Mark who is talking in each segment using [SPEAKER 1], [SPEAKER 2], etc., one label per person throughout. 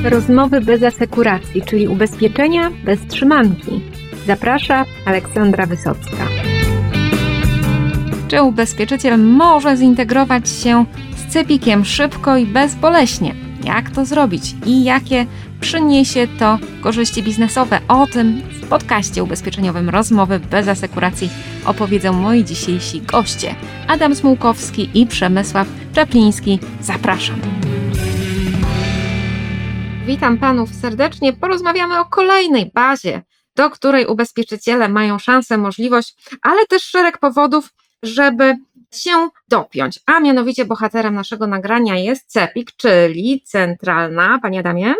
[SPEAKER 1] Rozmowy bez asekuracji, czyli ubezpieczenia bez trzymanki. Zaprasza Aleksandra Wysocka.
[SPEAKER 2] Czy ubezpieczyciel może zintegrować się z CEPiK-iem szybko i bezboleśnie? Jak to zrobić i jakie przyniesie to korzyści biznesowe? O tym w podcaście ubezpieczeniowym Rozmowy bez asekuracji opowiedzą moi dzisiejsi goście. Adam Smułkowski i Przemysław Czapliński. Zapraszam. Witam panów serdecznie. Porozmawiamy o kolejnej bazie, do której ubezpieczyciele mają szansę, możliwość, ale też szereg powodów, żeby się dopiąć. A mianowicie bohaterem naszego nagrania jest CEPiK, czyli centralna, panie Adamie?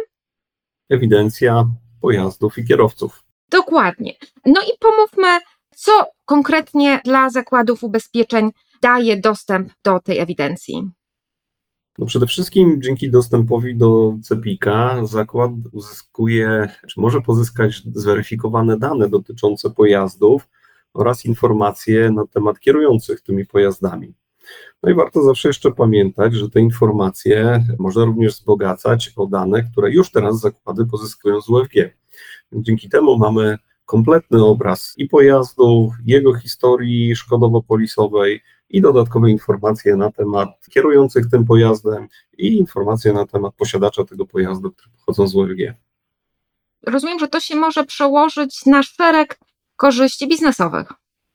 [SPEAKER 3] Ewidencja pojazdów i kierowców.
[SPEAKER 2] Dokładnie. No i pomówmy, co konkretnie dla zakładów ubezpieczeń daje dostęp do tej ewidencji.
[SPEAKER 3] No przede wszystkim dzięki dostępowi do CEPiK-a zakład uzyskuje, czy może pozyskać zweryfikowane dane dotyczące pojazdów oraz informacje na temat kierujących tymi pojazdami. No i warto zawsze jeszcze pamiętać, że te informacje można również wzbogacać o dane, które już teraz zakłady pozyskują z UFG. Dzięki temu mamy kompletny obraz i pojazdu, jego historii szkodowo-polisowej i dodatkowe informacje na temat kierujących tym pojazdem i informacje na temat posiadacza tego pojazdu, które pochodzą z UFG.
[SPEAKER 2] Rozumiem, że to się może przełożyć na szereg korzyści biznesowych.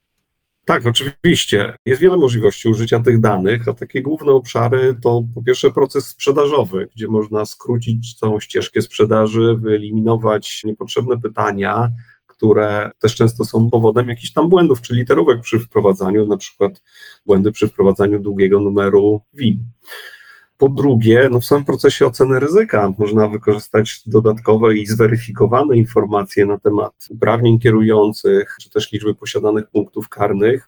[SPEAKER 3] Tak, oczywiście. Jest wiele możliwości użycia tych danych, a takie główne obszary to po pierwsze proces sprzedażowy, gdzie można skrócić całą ścieżkę sprzedaży, wyeliminować niepotrzebne pytania, które też często są powodem jakichś tam błędów czy literówek przy wprowadzaniu, na przykład błędy przy wprowadzaniu długiego numeru WIN. Po drugie, w samym procesie oceny ryzyka można wykorzystać dodatkowe i zweryfikowane informacje na temat uprawnień kierujących, czy też liczby posiadanych punktów karnych,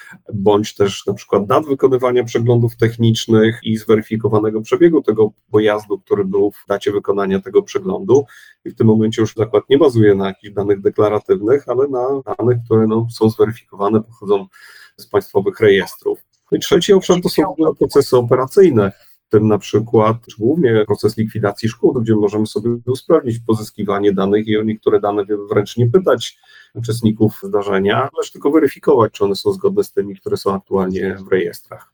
[SPEAKER 3] bądź też na przykład dat wykonywania przeglądów technicznych i zweryfikowanego przebiegu tego pojazdu, który był w dacie wykonania tego przeglądu. I w tym momencie już zakład nie bazuje na jakichś danych deklaratywnych, ale na danych, które są zweryfikowane, pochodzą z państwowych rejestrów. No i trzeci obszar to są w ogóle procesy operacyjne, w tym na przykład głównie proces likwidacji szkód, gdzie możemy sobie usprawnić pozyskiwanie danych i o niektóre dane wręcz nie pytać uczestników zdarzenia, lecz tylko weryfikować, czy one są zgodne z tymi, które są aktualnie w rejestrach.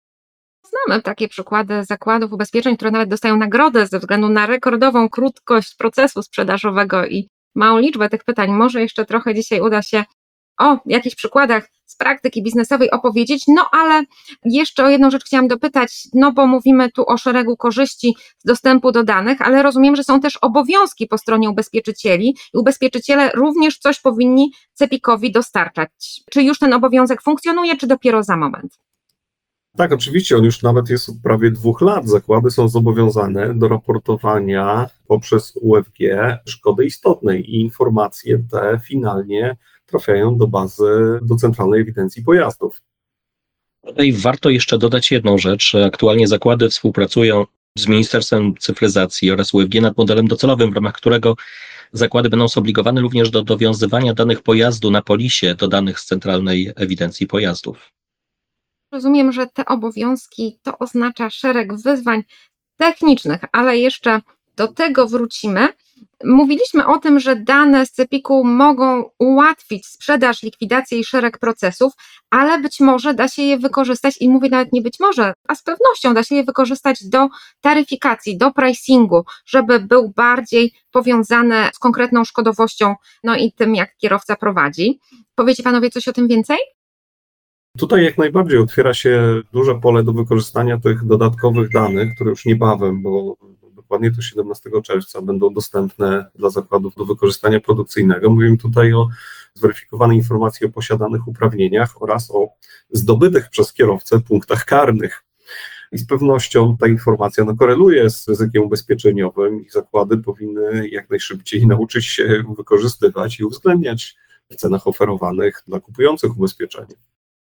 [SPEAKER 2] Znamy takie przykłady zakładów ubezpieczeń, które nawet dostają nagrodę ze względu na rekordową krótkość procesu sprzedażowego i małą liczbę tych pytań. Może jeszcze trochę dzisiaj uda się o jakichś przykładach z praktyki biznesowej opowiedzieć, ale jeszcze o jedną rzecz chciałam dopytać, bo mówimy tu o szeregu korzyści z dostępu do danych, ale rozumiem, że są też obowiązki po stronie ubezpieczycieli i ubezpieczyciele również coś powinni CEPiK-owi dostarczać. Czy już ten obowiązek funkcjonuje, czy dopiero za moment?
[SPEAKER 3] Tak, oczywiście, on już nawet jest od prawie 2 lat. Zakłady są zobowiązane do raportowania poprzez UFG szkody istotnej i informacje te finalnie trafiają do bazy, do Centralnej Ewidencji Pojazdów.
[SPEAKER 4] Tutaj warto jeszcze dodać jedną rzecz. Aktualnie zakłady współpracują z Ministerstwem Cyfryzacji oraz UFG nad modelem docelowym, w ramach którego zakłady będą zobligowane również do dowiązywania danych pojazdu na polisie do danych z Centralnej Ewidencji Pojazdów.
[SPEAKER 2] Rozumiem, że te obowiązki to oznacza szereg wyzwań technicznych, ale jeszcze do tego wrócimy. Mówiliśmy o tym, że dane z CEPiK-u mogą ułatwić sprzedaż, likwidację i szereg procesów, ale być może da się je wykorzystać, i mówię nawet nie być może, a z pewnością da się je wykorzystać do taryfikacji, do pricingu, żeby był bardziej powiązany z konkretną szkodowością, i tym, jak kierowca prowadzi. Powiecie panowie coś o tym więcej?
[SPEAKER 3] Tutaj jak najbardziej otwiera się duże pole do wykorzystania tych dodatkowych danych, które już niebawem, bo dokładnie to 17 czerwca będą dostępne dla zakładów do wykorzystania produkcyjnego. Mówimy tutaj o zweryfikowanej informacji o posiadanych uprawnieniach oraz o zdobytych przez kierowcę punktach karnych. I z pewnością ta informacja koreluje z ryzykiem ubezpieczeniowym i zakłady powinny jak najszybciej nauczyć się wykorzystywać i uwzględniać w cenach oferowanych dla kupujących ubezpieczenie.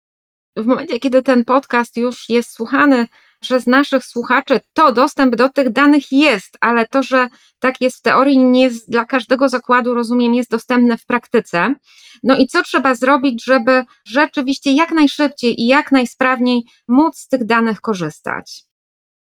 [SPEAKER 2] W momencie, kiedy ten podcast już jest słuchany przez naszych słuchaczy, to dostęp do tych danych jest, ale to, że tak jest w teorii, nie jest dla każdego zakładu, rozumiem, jest dostępne w praktyce. I co trzeba zrobić, żeby rzeczywiście jak najszybciej i jak najsprawniej móc z tych danych korzystać?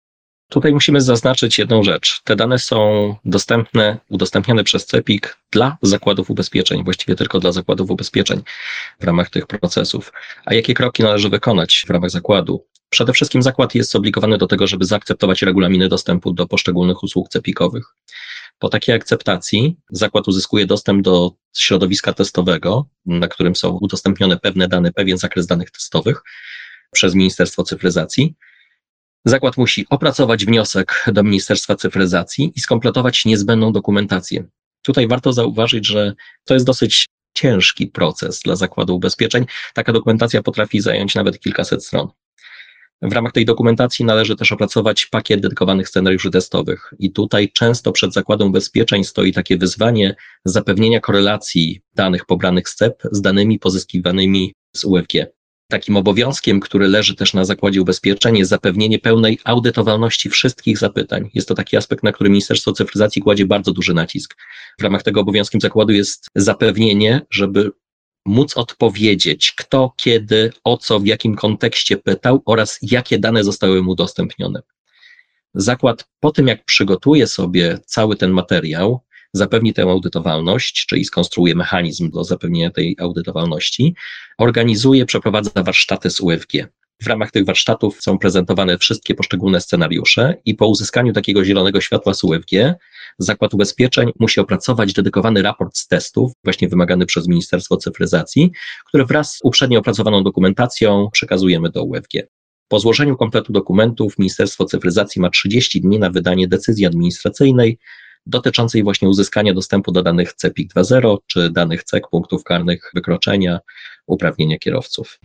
[SPEAKER 4] Tutaj musimy zaznaczyć jedną rzecz. Te dane są udostępniane przez CEPiK dla zakładów ubezpieczeń, właściwie tylko dla zakładów ubezpieczeń w ramach tych procesów. A jakie kroki należy wykonać w ramach zakładu? Przede wszystkim zakład jest zobligowany do tego, żeby zaakceptować regulaminy dostępu do poszczególnych usług CEPiK-owych. Po takiej akceptacji zakład uzyskuje dostęp do środowiska testowego, na którym są udostępnione pewne dane, pewien zakres danych testowych przez Ministerstwo Cyfryzacji. Zakład musi opracować wniosek do Ministerstwa Cyfryzacji i skompletować niezbędną dokumentację. Tutaj warto zauważyć, że to jest dosyć ciężki proces dla zakładu ubezpieczeń. Taka dokumentacja potrafi zająć nawet kilkaset stron. W ramach tej dokumentacji należy też opracować pakiet dedykowanych scenariuszy testowych i tutaj często przed zakładem ubezpieczeń stoi takie wyzwanie zapewnienia korelacji danych pobranych z CEP z danymi pozyskiwanymi z UFG. Takim obowiązkiem, który leży też na zakładzie ubezpieczeń, jest zapewnienie pełnej audytowalności wszystkich zapytań. Jest to taki aspekt, na który Ministerstwo Cyfryzacji kładzie bardzo duży nacisk. W ramach tego obowiązkiem zakładu jest zapewnienie, żeby móc odpowiedzieć, kto, kiedy, o co, w jakim kontekście pytał oraz jakie dane zostały mu udostępnione. Zakład po tym, jak przygotuje sobie cały ten materiał, zapewni tę audytowalność, czyli skonstruuje mechanizm do zapewnienia tej audytowalności, organizuje, przeprowadza warsztaty z UFG. W ramach tych warsztatów są prezentowane wszystkie poszczególne scenariusze i po uzyskaniu takiego zielonego światła z UFG Zakład Ubezpieczeń musi opracować dedykowany raport z testów, właśnie wymagany przez Ministerstwo Cyfryzacji, który wraz z uprzednio opracowaną dokumentacją przekazujemy do UFG. Po złożeniu kompletu dokumentów Ministerstwo Cyfryzacji ma 30 dni na wydanie decyzji administracyjnej dotyczącej właśnie uzyskania dostępu do danych CEPiK 2.0 czy danych CEK punktów karnych wykroczenia, uprawnienia kierowców.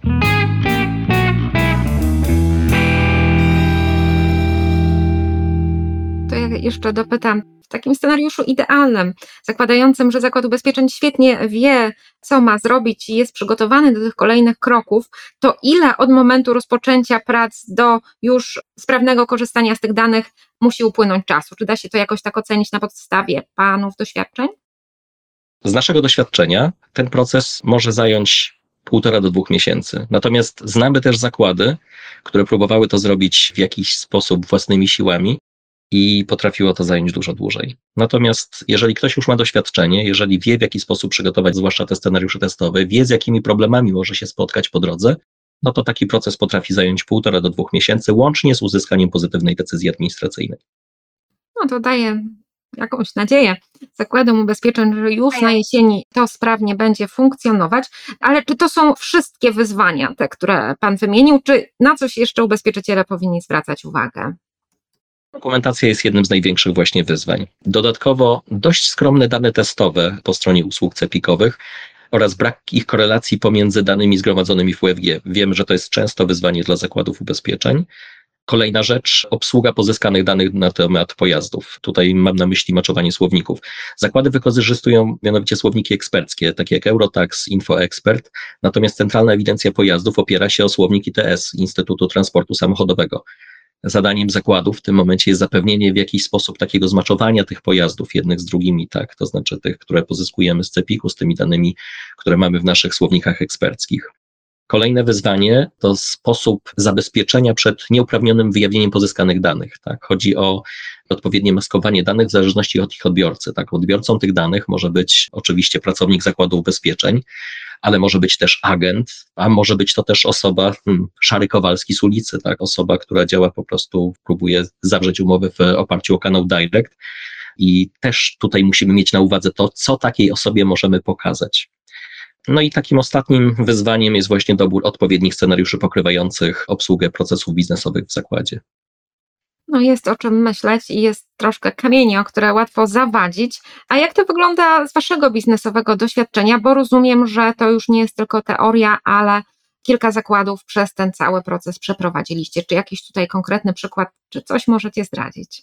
[SPEAKER 2] To ja jeszcze dopytam, w takim scenariuszu idealnym, zakładającym, że Zakład Ubezpieczeń świetnie wie, co ma zrobić i jest przygotowany do tych kolejnych kroków, to ile od momentu rozpoczęcia prac do już sprawnego korzystania z tych danych musi upłynąć czasu? Czy da się to jakoś tak ocenić na podstawie panów doświadczeń?
[SPEAKER 4] Z naszego doświadczenia ten proces może zająć 1,5 do 2 miesięcy. Natomiast znamy też zakłady, które próbowały to zrobić w jakiś sposób własnymi siłami i potrafiło to zająć dużo dłużej. Natomiast jeżeli ktoś już ma doświadczenie, jeżeli wie, w jaki sposób przygotować zwłaszcza te scenariusze testowe, wie, z jakimi problemami może się spotkać po drodze, no to taki proces potrafi zająć 1,5 do 2 miesięcy, łącznie z uzyskaniem pozytywnej decyzji administracyjnej.
[SPEAKER 2] No to daje jakąś nadzieję Zakładom Ubezpieczeń, że już na jesieni to sprawnie będzie funkcjonować, ale czy to są wszystkie wyzwania, te, które pan wymienił, czy na coś jeszcze ubezpieczyciele powinni zwracać uwagę?
[SPEAKER 4] Dokumentacja jest jednym z największych właśnie wyzwań. Dodatkowo dość skromne dane testowe po stronie usług CEPiK-owych oraz brak ich korelacji pomiędzy danymi zgromadzonymi w UFG. Wiemy, że to jest często wyzwanie dla zakładów ubezpieczeń. Kolejna rzecz, obsługa pozyskanych danych na temat pojazdów. Tutaj mam na myśli maczowanie słowników. Zakłady wykorzystują mianowicie słowniki eksperckie, takie jak Eurotax, InfoExpert, natomiast Centralna Ewidencja Pojazdów opiera się o słownik ITS, Instytutu Transportu Samochodowego. Zadaniem zakładu w tym momencie jest zapewnienie w jakiś sposób takiego zmaczowania tych pojazdów jednych z drugimi, tak, to znaczy tych, które pozyskujemy z CEPiK-u, z tymi danymi, które mamy w naszych słownikach eksperckich. Kolejne wyzwanie to sposób zabezpieczenia przed nieuprawnionym wyjawnieniem pozyskanych danych. Tak? Chodzi o odpowiednie maskowanie danych w zależności od ich odbiorcy. Tak? Odbiorcą tych danych może być oczywiście pracownik zakładu ubezpieczeń, ale może być też agent, a może być to też osoba, Szary Kowalski z ulicy, tak? Osoba, która działa po prostu, próbuje zawrzeć umowę w oparciu o kanał Direct i też tutaj musimy mieć na uwadze to, co takiej osobie możemy pokazać. No i takim ostatnim wyzwaniem jest właśnie dobór odpowiednich scenariuszy pokrywających obsługę procesów biznesowych w zakładzie.
[SPEAKER 2] No jest o czym myśleć i jest troszkę kamieni, o które łatwo zawadzić. A jak to wygląda z waszego biznesowego doświadczenia? Bo rozumiem, że to już nie jest tylko teoria, ale kilka zakładów przez ten cały proces przeprowadziliście. Czy jakiś tutaj konkretny przykład, czy coś możecie zdradzić?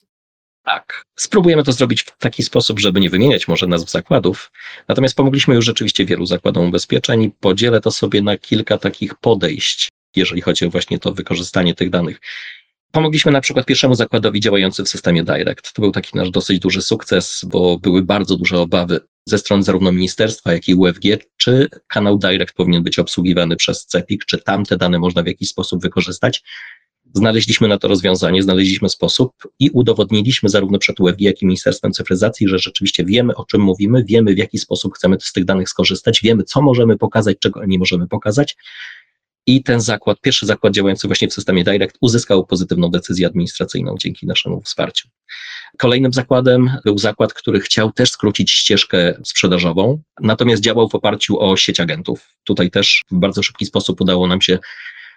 [SPEAKER 4] Tak, spróbujemy to zrobić w taki sposób, żeby nie wymieniać może nazw zakładów, natomiast pomogliśmy już rzeczywiście wielu zakładom ubezpieczeń i podzielę to sobie na kilka takich podejść, jeżeli chodzi o właśnie to wykorzystanie tych danych. Pomogliśmy na przykład pierwszemu zakładowi działający w systemie Direct. To był taki nasz dosyć duży sukces, bo były bardzo duże obawy ze strony zarówno ministerstwa, jak i UFG, czy kanał Direct powinien być obsługiwany przez CEPiK, czy tamte dane można w jakiś sposób wykorzystać. Znaleźliśmy na to rozwiązanie, znaleźliśmy sposób i udowodniliśmy zarówno przed UFG, jak i Ministerstwem Cyfryzacji, że rzeczywiście wiemy, o czym mówimy, wiemy, w jaki sposób chcemy z tych danych skorzystać, wiemy, co możemy pokazać, czego nie możemy pokazać. I ten zakład, pierwszy zakład działający właśnie w systemie Direct, uzyskał pozytywną decyzję administracyjną dzięki naszemu wsparciu. Kolejnym zakładem był zakład, który chciał też skrócić ścieżkę sprzedażową, natomiast działał w oparciu o sieć agentów. Tutaj też w bardzo szybki sposób udało nam się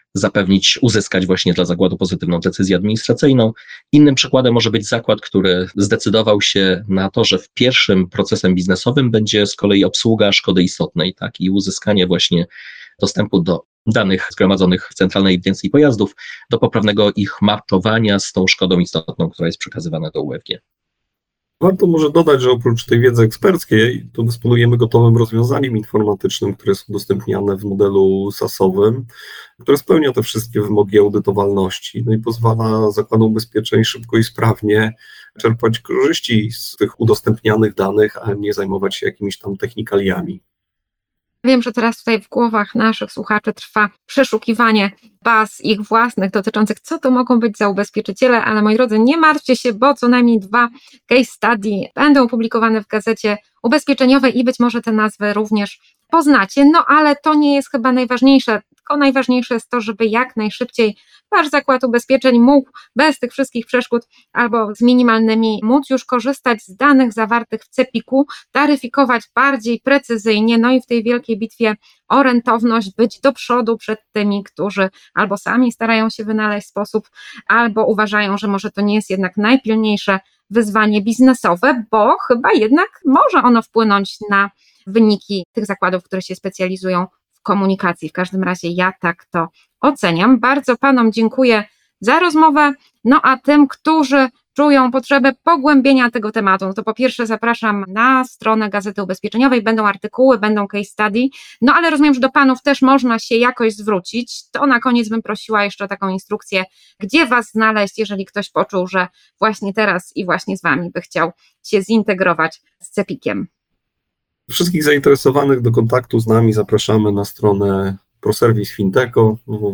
[SPEAKER 4] uzyskać właśnie dla zakładu pozytywną decyzję administracyjną. Innym przykładem może być zakład, który zdecydował się na to, że w pierwszym procesem biznesowym będzie z kolei obsługa szkody istotnej, tak, i uzyskanie właśnie dostępu do danych zgromadzonych w Centralnej Ewidencji Pojazdów, do poprawnego ich matchowania z tą szkodą istotną, która jest przekazywana do UFG.
[SPEAKER 3] Warto może dodać, że oprócz tej wiedzy eksperckiej, to dysponujemy gotowym rozwiązaniem informatycznym, które jest udostępniane w modelu SaaS-owym, które spełnia te wszystkie wymogi audytowalności, no i pozwala zakładom ubezpieczeń szybko i sprawnie czerpać korzyści z tych udostępnianych danych, a nie zajmować się jakimiś tam technikaliami.
[SPEAKER 2] Wiem, że teraz tutaj w głowach naszych słuchaczy trwa przeszukiwanie baz ich własnych dotyczących, co to mogą być za ubezpieczyciele, ale moi drodzy, nie martwcie się, bo co najmniej 2 case study będą opublikowane w gazecie ubezpieczeniowej i być może te nazwy również poznacie, no ale to nie jest chyba najważniejsze, tylko najważniejsze jest to, żeby jak najszybciej wasz zakład ubezpieczeń mógł bez tych wszystkich przeszkód albo z minimalnymi móc już korzystać z danych zawartych w CEPiK-u, taryfikować bardziej precyzyjnie, no i w tej wielkiej bitwie o rentowność być do przodu przed tymi, którzy albo sami starają się wynaleźć sposób, albo uważają, że może to nie jest jednak najpilniejsze wyzwanie biznesowe, bo chyba jednak może ono wpłynąć na wyniki tych zakładów, które się specjalizują w komunikacji. W każdym razie ja tak to oceniam. Bardzo panom dziękuję za rozmowę, no a tym, którzy czują potrzebę pogłębienia tego tematu, no to po pierwsze zapraszam na stronę Gazety Ubezpieczeniowej, będą artykuły, będą case study, no ale rozumiem, że do panów też można się jakoś zwrócić. To na koniec bym prosiła jeszcze o taką instrukcję, gdzie was znaleźć, jeżeli ktoś poczuł, że właśnie teraz i właśnie z wami by chciał się zintegrować z CEPiK-iem.
[SPEAKER 3] Wszystkich zainteresowanych do kontaktu z nami zapraszamy na stronę ProService Finteco,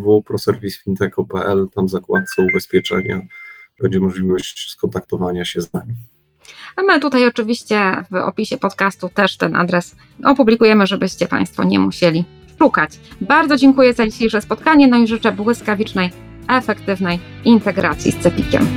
[SPEAKER 3] www.proservicefinteco.pl, tam w zakładce ubezpieczenia będzie możliwość skontaktowania się z nami.
[SPEAKER 2] A my tutaj oczywiście w opisie podcastu też ten adres opublikujemy, żebyście Państwo nie musieli szukać. Bardzo dziękuję za dzisiejsze spotkanie, no i życzę błyskawicznej, efektywnej integracji z CEPiK-iem.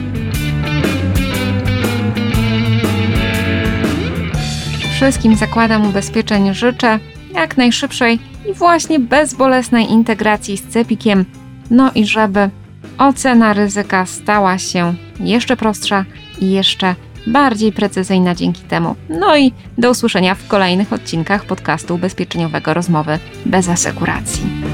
[SPEAKER 2] Wszystkim zakładom ubezpieczeń życzę jak najszybszej i właśnie bezbolesnej integracji z CEPiK-iem, no i żeby ocena ryzyka stała się jeszcze prostsza i jeszcze bardziej precyzyjna dzięki temu. No i do usłyszenia w kolejnych odcinkach podcastu ubezpieczeniowego Rozmowy bez asekuracji.